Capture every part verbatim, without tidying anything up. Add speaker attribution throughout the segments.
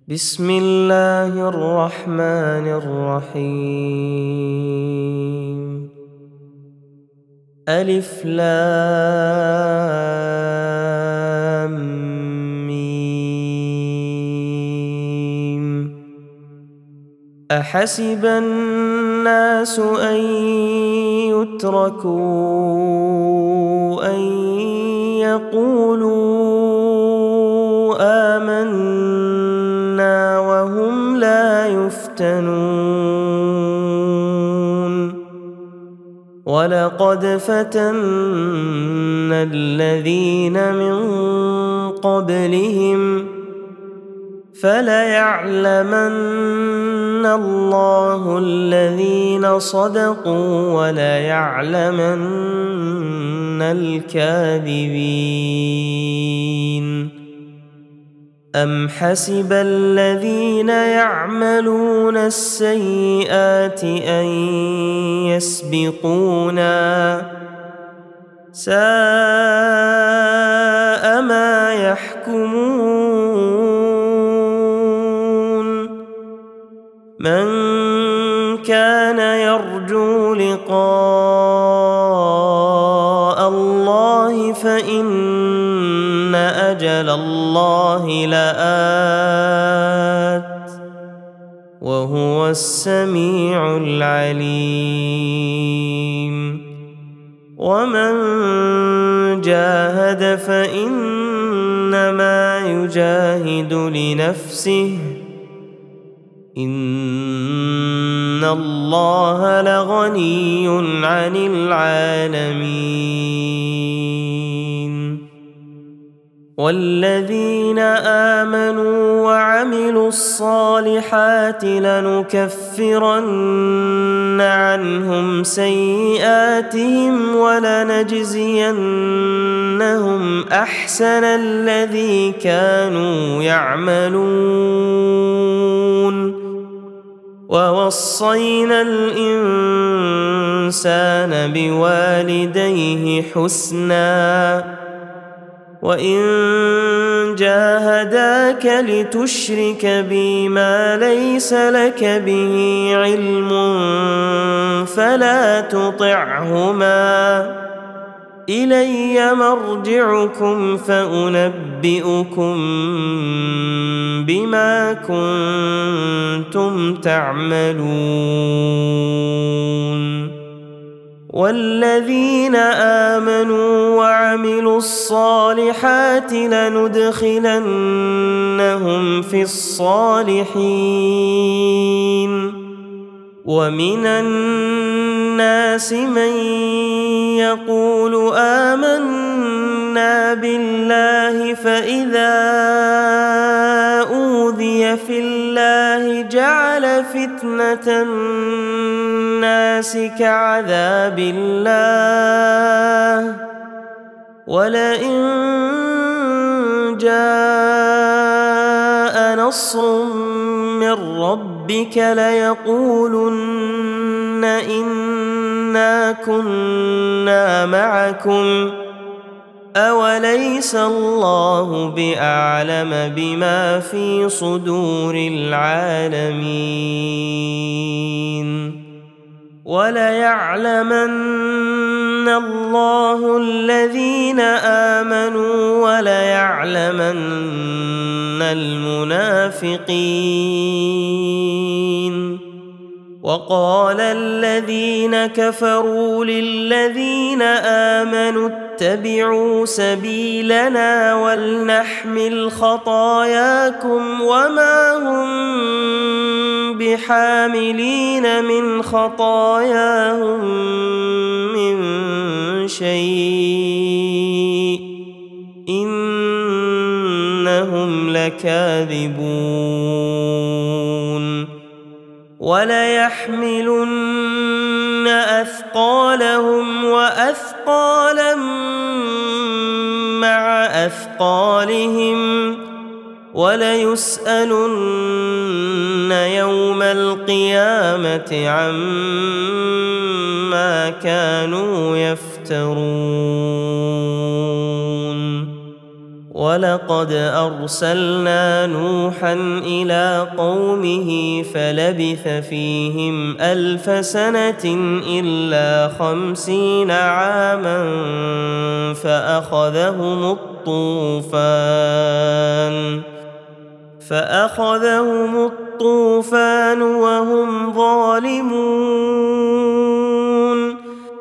Speaker 1: بسم الله الرحمن الرحيم. ألف لام ميم. أحسب الناس أن يتركوا أن يقولوا آمنا وهم لا يفتنون. ولقد فتنا الذين من قبلهم فليعلمن الله الذين صدقوا وليعلمن الكاذبين. أم حسب الذين يعملون السيئات أن يسبقونا ساء ما يحكمون. من كان يرجو لقاء الله فإن أجل الله لآت وهو السميع العليم. ومن جاهد فإنما يجاهد لنفسه إن الله لغني عن العالمين. والذين آمنوا وعملوا الصالحات لنكفرن عنهم سيئاتهم ولنجزينهم أحسن الذي كانوا يعملون. ووصينا الإنسان بوالديه حسناً وإن جاهداك لتشرك بي ما ليس لك به علم فلا تطعهما إلي مرجعكم فأنبئكم بما كنتم تعملون. والذين آمنوا وعملوا الصالحات لندخلنهم في الصالحين. ومن الناس من يقول آمنا بالله فإذا أوذي في الله جعل فتنة الناس كعذاب الله ولئن جاء نصر من ربك ليقولن إنا كنا معكم أوليس الله بأعلم بما في صدور العالمين. وليعلمن الله الذين آمنوا وليعلمن المنافقين. وقال الذين كفروا للذين آمنوا اتبعوا سبيلنا ولنحمل خطاياكم وما هم بحاملين من خطاياهم من شيء إنهم لكاذبون. وليحملن أثقالهم وأثقالا مع أثقالهم وليسألن يوم القيامة عما كانوا يفترون. ولقد أرسلنا نوحا إلى قومه فلبث فيهم ألف سنة إلا خمسين عاما فأخذهم الطوفان فأخذهم الطوفان وهم ظالمون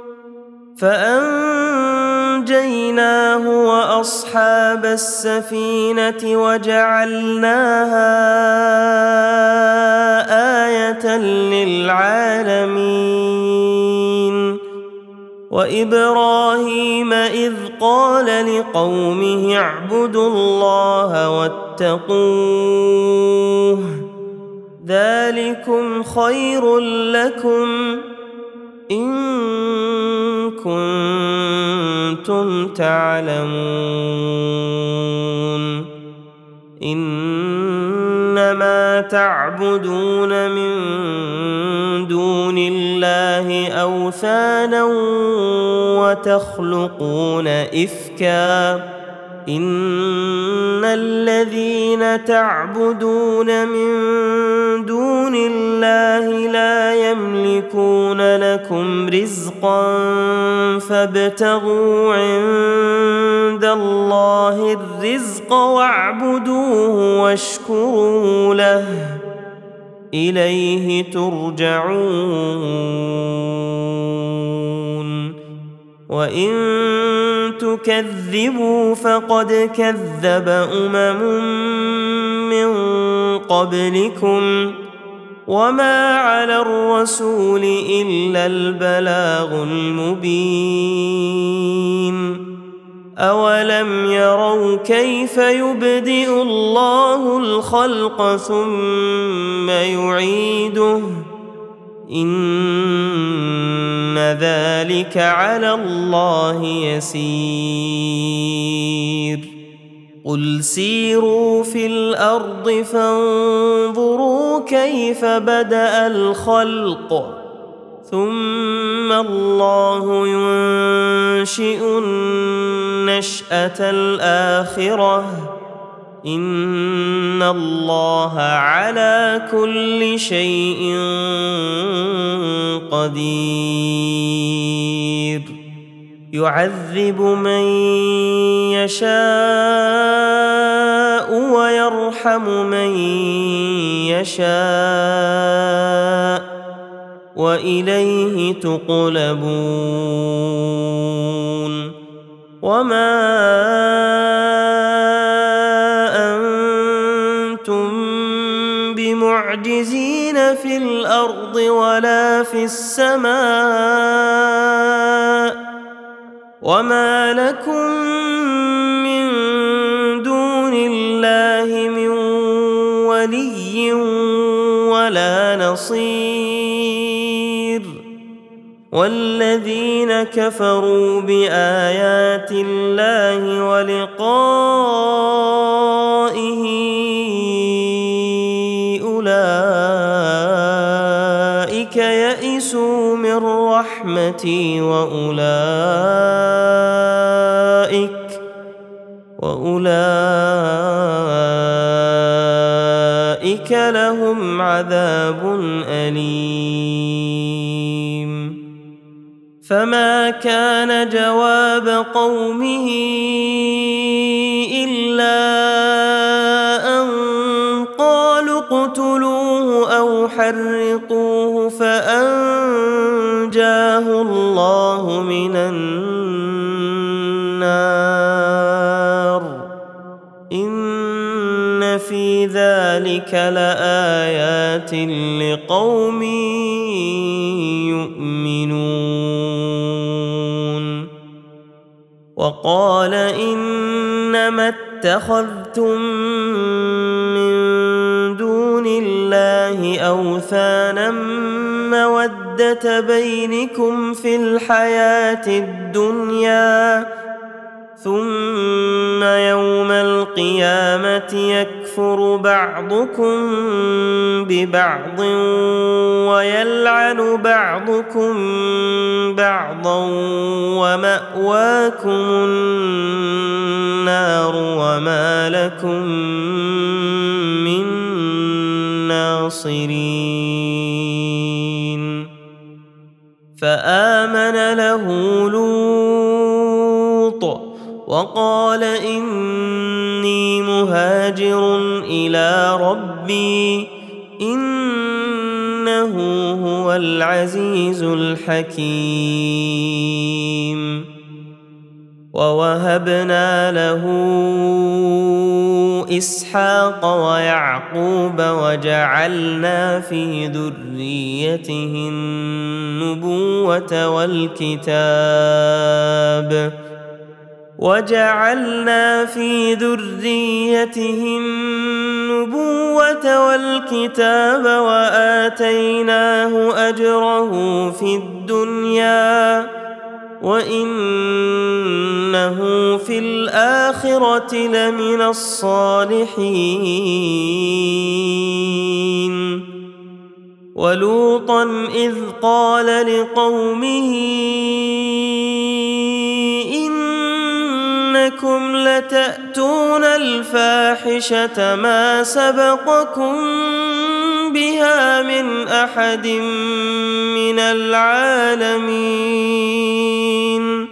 Speaker 1: فأنجيناه وأصحاب السفينة وجعلناها آية للعالمين وإبراهيم إذ قال لقومه اعبدوا الله واتقوه ذلكم خير لكم إن كنتم تعلمون إنما تعبدون من دون الله أوثانا وتخلقون إفكا إن الذين تعبدون من دون الله لا يملكون لكم رزقا فابتغوا عند الله الرزق واعبدوه واشكروا له إليه ترجعون وإن تكذبوا فقد كذب أمم من قبلكم وما على الرسول إلا البلاغ المبين أولم يروا كيف يبدئ الله الخلق ثم يعيده إن ذلك على الله يسير قل سيروا في الأرض فانظروا كيف بدأ الخلق ثم الله ينشئ النشأة الآخرة إن الله على كل شيء قدير يعذب من يشاء ويرحم من يشاء وإليه تقلبون وما أنتم بمعجزين في الأرض ولا في السماء وما لكم من دون الله من ولي ولا نصير والذين كفروا بآيات الله ولقائه أولئك يئسوا من رحمتي وأولئك وأولئك لهم عذاب أليم فما كان جواب قومه إلا أن قالوا اقتلوه أو حرقوه فأنجاه الله من النار إن في ذلك لآيات لقوم يؤمنون وقال إنما اتخذتم من دون الله أوثانا مودة بينكم في الحياة الدنيا ثم يوم القيامة يكفر يكفر بعضكم ببعض ويلعن بعضكم بعضا ومأواكم النار وما لكم من ناصرين فآمن له لوط وقال إني مهاجر إلى ربي إنه هو العزيز الحكيم ووهبنا له إسحاق ويعقوب وجعلنا في ذريته النبوة والكتاب وجعلنا في ذريته النبوة والكتاب وآتيناه أجره في الدنيا وإنه في الآخرة لمن الصالحين ولوطا إذ قال لقومه إنكم لتأتون الفاحشة ما سبقكم بها من أحد من العالمين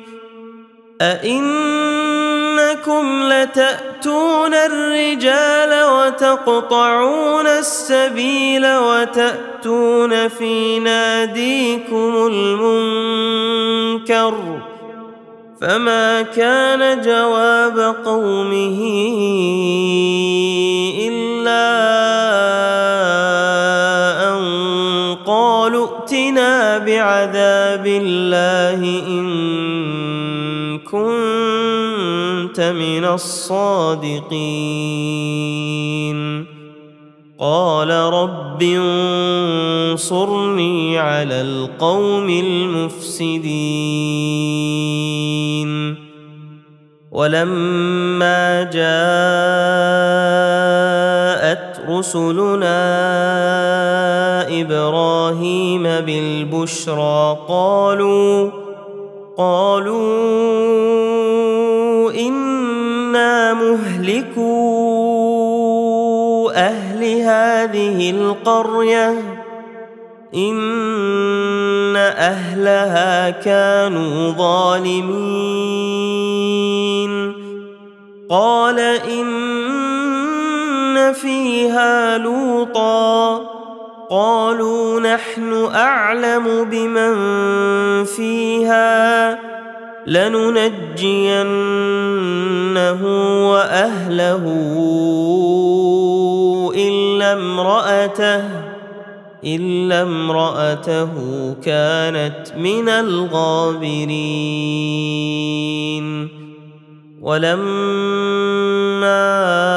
Speaker 1: أئنكم لتأتون الرجال وتقطعون السبيل وتأتون في ناديكم المنكر فما كان جواب قومه إلا أن قالوا ائتنا بعذاب الله إن كنت من الصادقين قال رب انصرني على القوم المفسدين ولما جاءت رسلنا إبراهيم بالبشرى قالوا قالوا إنا مهلكو أهل هذه القرية إن أهلها كانوا ظالمين قال إن فيها لوطا قالوا نحن أعلم بمن فيها لننجينه وأهله إلا امرأته إلا امرأته كانت من الغابرين ولما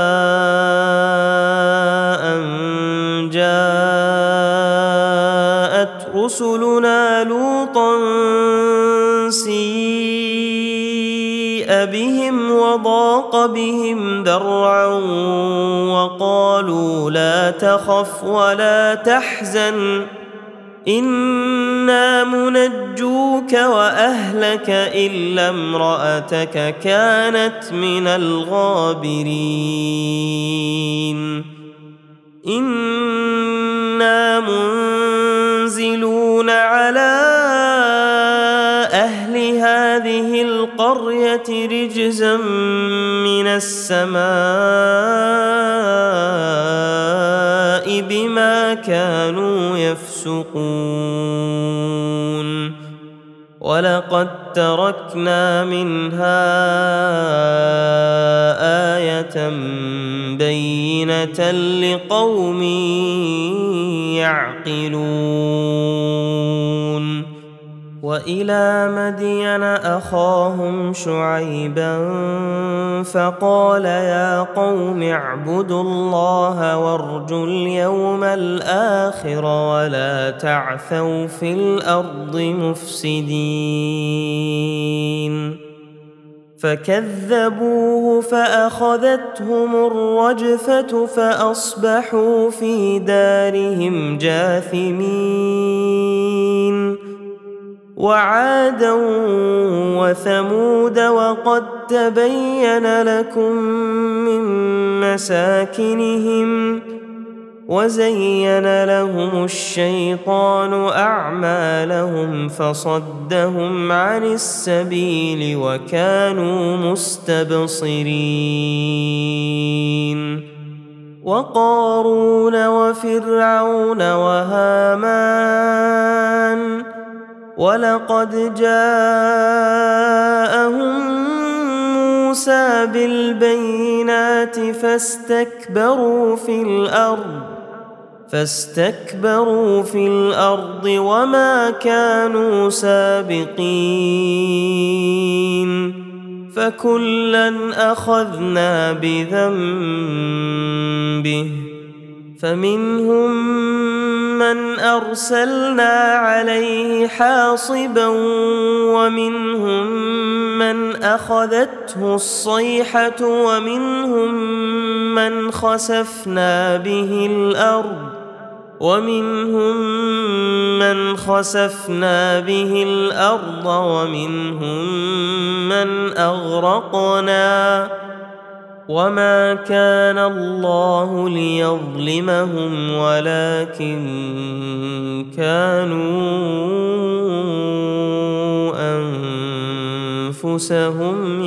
Speaker 1: أن جاءت رسلنا لوطا سيء بهم وضاق بهم ذرعا وقالوا لا تخف ولا تحزن إنا منجوك وأهلك إلا امرأتك كانت من الغابرين إنا منزلون على أهل هذه القرية رجزا من السماء بما كانوا يفسقون ولقد تركنا منها آية بينة لقوم يعقلون وإلى مدين أخاهم شعيبا فقال يا قوم اعبدوا الله وارجوا اليوم الآخر ولا تعثوا في الأرض مفسدين فكذبوه فأخذتهم الرجفة فأصبحوا في دارهم جاثمين. وعادا وثمود وقد تبين لكم من مساكنهم وزين لهم الشيطان أعمالهم فصدهم عن السبيل وكانوا مستبصرين. وقارون وفرعون وهامان ولقد جاءهم موسى بالبينات فاستكبروا في الأرض فاستكبروا في الأرض وما كانوا سابقين. فكلا أخذنا بذنبه فمنهم من أرسلنا عليه حاصبا ومنهم من أخذته الصيحة ومنهم من خسفنا به الأرض ومنهم من خسفنا به الأرض ومنهم من أغرقنا وما كان الله ليظلمهم ولكن كانوا أنفسهم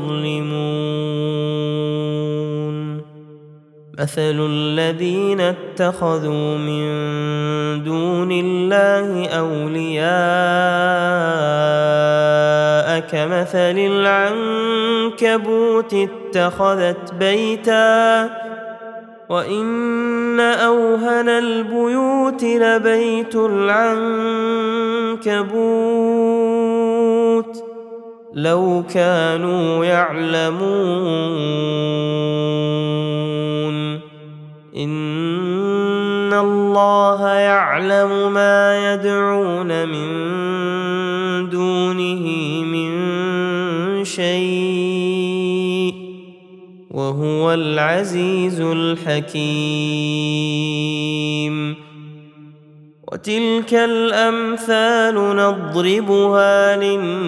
Speaker 1: يظلمون. مثل الذين اتخذوا من دون الله أولياء كمثل العنكبوت اتخذت بيتا وإن أوهن البيوت لبيت العنكبوت لو كانوا يعلمون. إن الله يعلم ما يدعون من دونه من شيء وهو العزيز الحكيم. وتلك الأمثال نضربها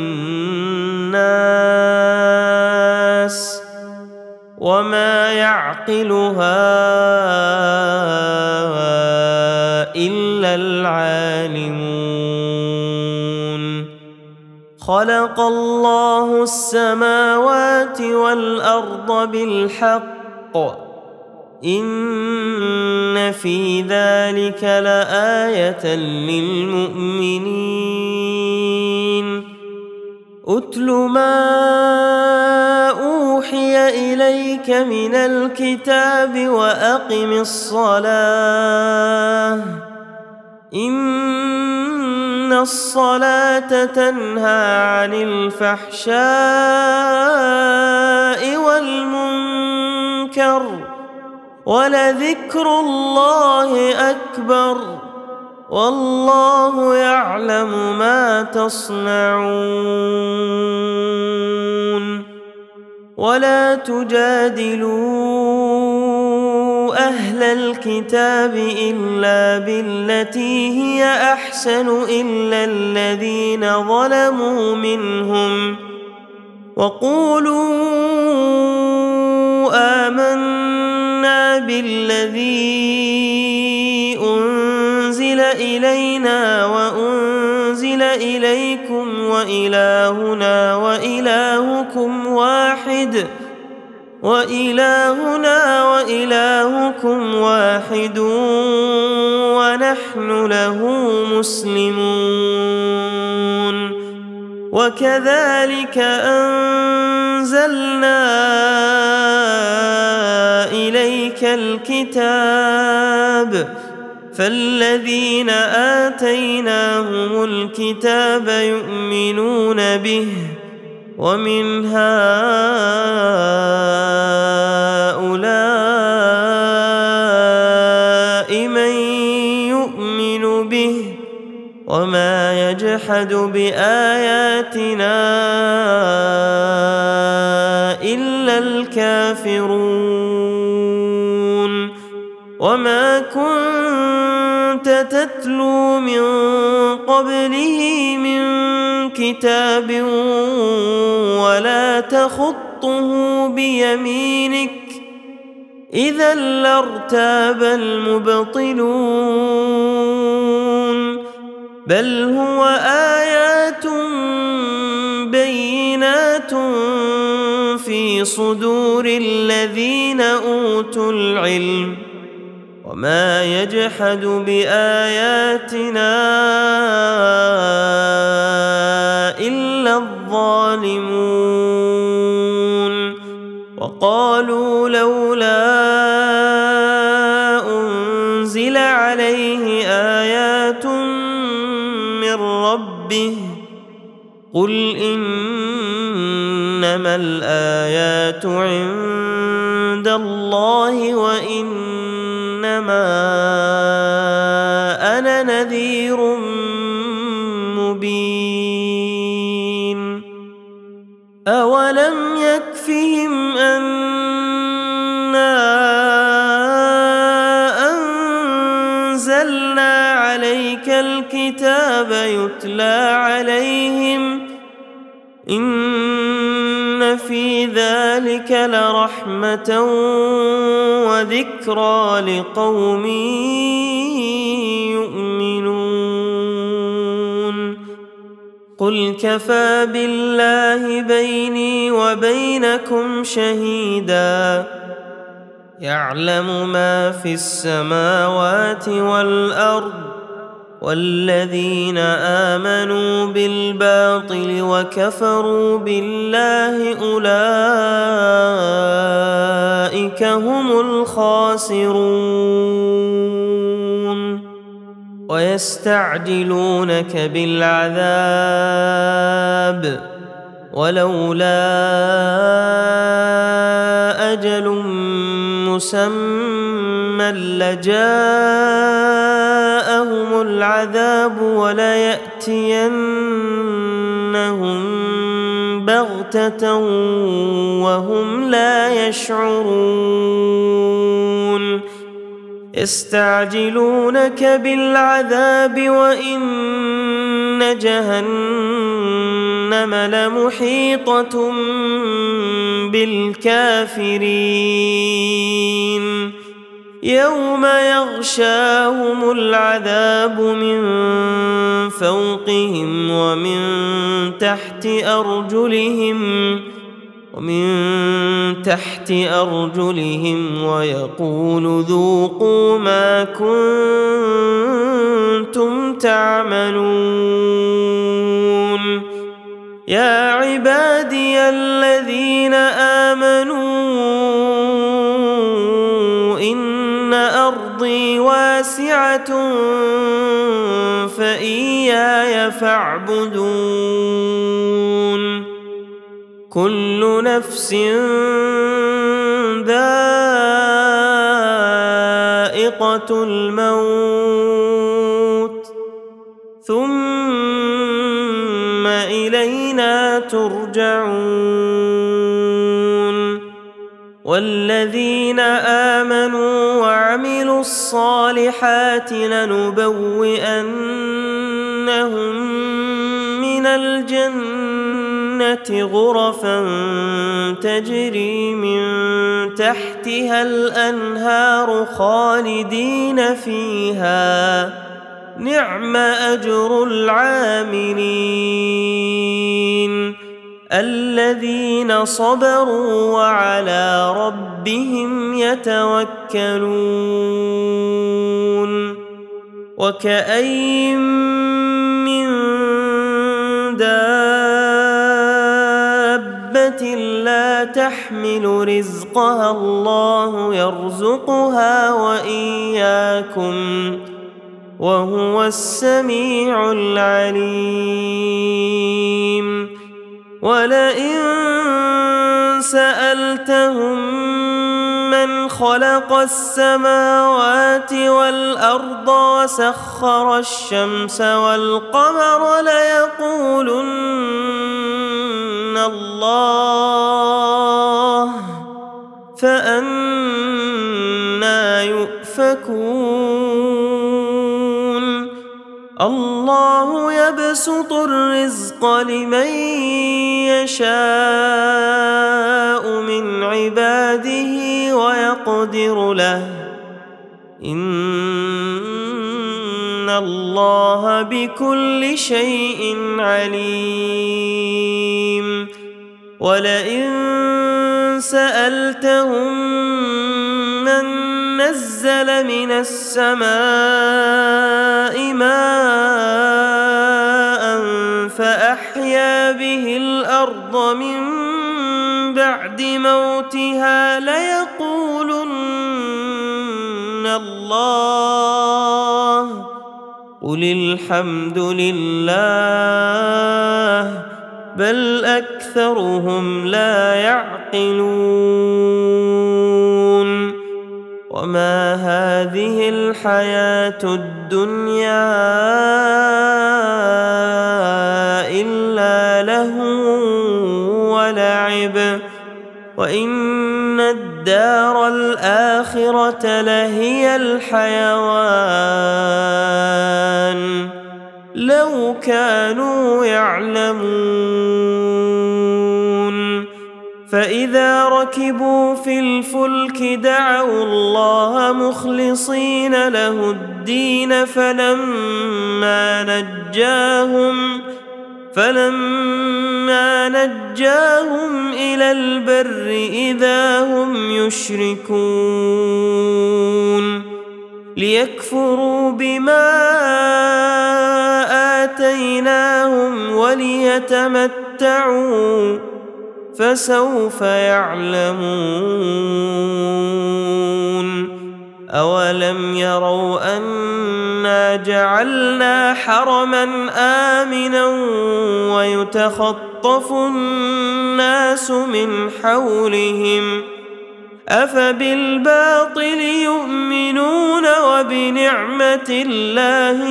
Speaker 1: للناس وما يعقلها إلا العالمون. خلق الله السماوات والأرض بالحق إن في ذلك لآية للمؤمنين. أتل ما أوحي إليك من الكتاب وأقم الصلاة إن الصلاة تنهى عن الفحشاء والمنكر ولذكر الله أكبر والله يعلم ما تصنعون. ولا تجادلوا أهل الكتاب إلا بالتي هي أحسن إلا الذين ظلموا منهم وقولوا آمنا بالذي أنزل إلينا وأنزل إليكم وإلهنا وإلهكم واحد وإلهنا وإلهكم واحد ونحن له مسلمون. وكذلك أنزلنا إليك الكتاب فالذين آتيناهم الكتاب يؤمنون به ومن هؤلاء من يؤمن به وما يجحد بآياتنا إلا الكافرون وما كنت تتلو من قبله من كتاب ولا تخطه بيمينك إذا لارتاب المبطلون بل هو آيات بينات في صدور الذين أوتوا العلم وما يجحد بآياتنا إلا الظالمون وقالوا لولا أنزل عليه آيات من ربه قل إنما الآيات عند الله وإنما أنا نذير مبين أولم يكفهم أنا أنزلنا عليك الكتاب يتلى عليهم إن في ذلك لرحمة وذكرى لقوم يؤمنون قل كفى بالله بيني وبينكم شهيدا يعلم ما في السماوات والأرض والذين آمنوا بالباطل وكفروا بالله أولئك هم الخاسرون ويستعجلونك بالعذاب ولولا أجل مسمى لجاءهم العذاب وليأتينهم بغتة وهم لا يشعرون يستعجلونك بالعذاب وإن جهنم لمحيطة بالكافرين يوم يغشاهم العذاب من فوقهم ومن تحت أرجلهم ومن تحت أرجلهم ويقول ذوقوا ما كنتم تعملون يا عبادي الذين آمنوا إن أرضي واسعة فإياي فاعبدون كل نفس ذائقة الموت ثم إلينا ترجعون والذين آمنوا وعملوا الصالحات لنبوئنهم من الجنة غرفا تجري من تحتها الأنهار خالدين فيها نعم أجر العاملين الذين صبروا وعلى ربهم يتوكلون وكأين من دابة لا تحمل رزقها الله يرزقها وإياكم وهو السميع العليم ولئن سألتهم من خلق السماوات والأرض وسخر الشمس والقمر ليقولن الله فأنى يؤفكون الله يبسط الرزق لمن يشاء من عباده ويقدر له إن الله بكل شيء عليم ولئن سألتهم من نزل من السماء ماء فأحيا به الأرض من بعد موتها ليقولن الله قل الحمد لله بل أكثرهم لا يعقلون وما هذه الحياة الدنيا إلا لهو ولعب وإن الدار الآخرة لهي الحيوان لو كانوا يعلمون فإذا ركبوا في الفلك دعوا الله مخلصين له الدين فلما نجاهم فلما نجاهم إلى البر إذا هم يشركون ليكفروا بما آتيناهم وليتمتعوا فسوف يعلمون أولم يروا أنا جعلنا حرما آمنا ويتخطف الناس من حولهم أفبالباطل يؤمنون وبنعمة الله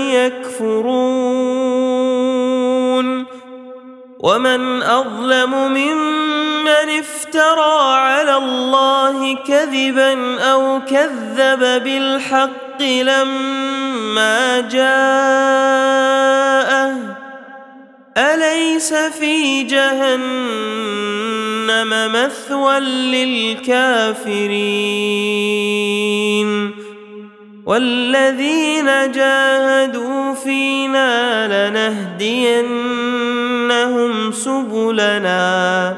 Speaker 1: يكفرون ومن أظلم ممن افترى على الله كذبا أو كذب بالحق لما جاءه أليس في جهنم مثوى للكافرين والذين جاهدوا فينا لنهدينهم سبلنا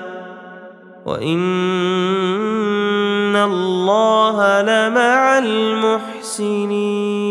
Speaker 1: وإن الله لمع المحسنين.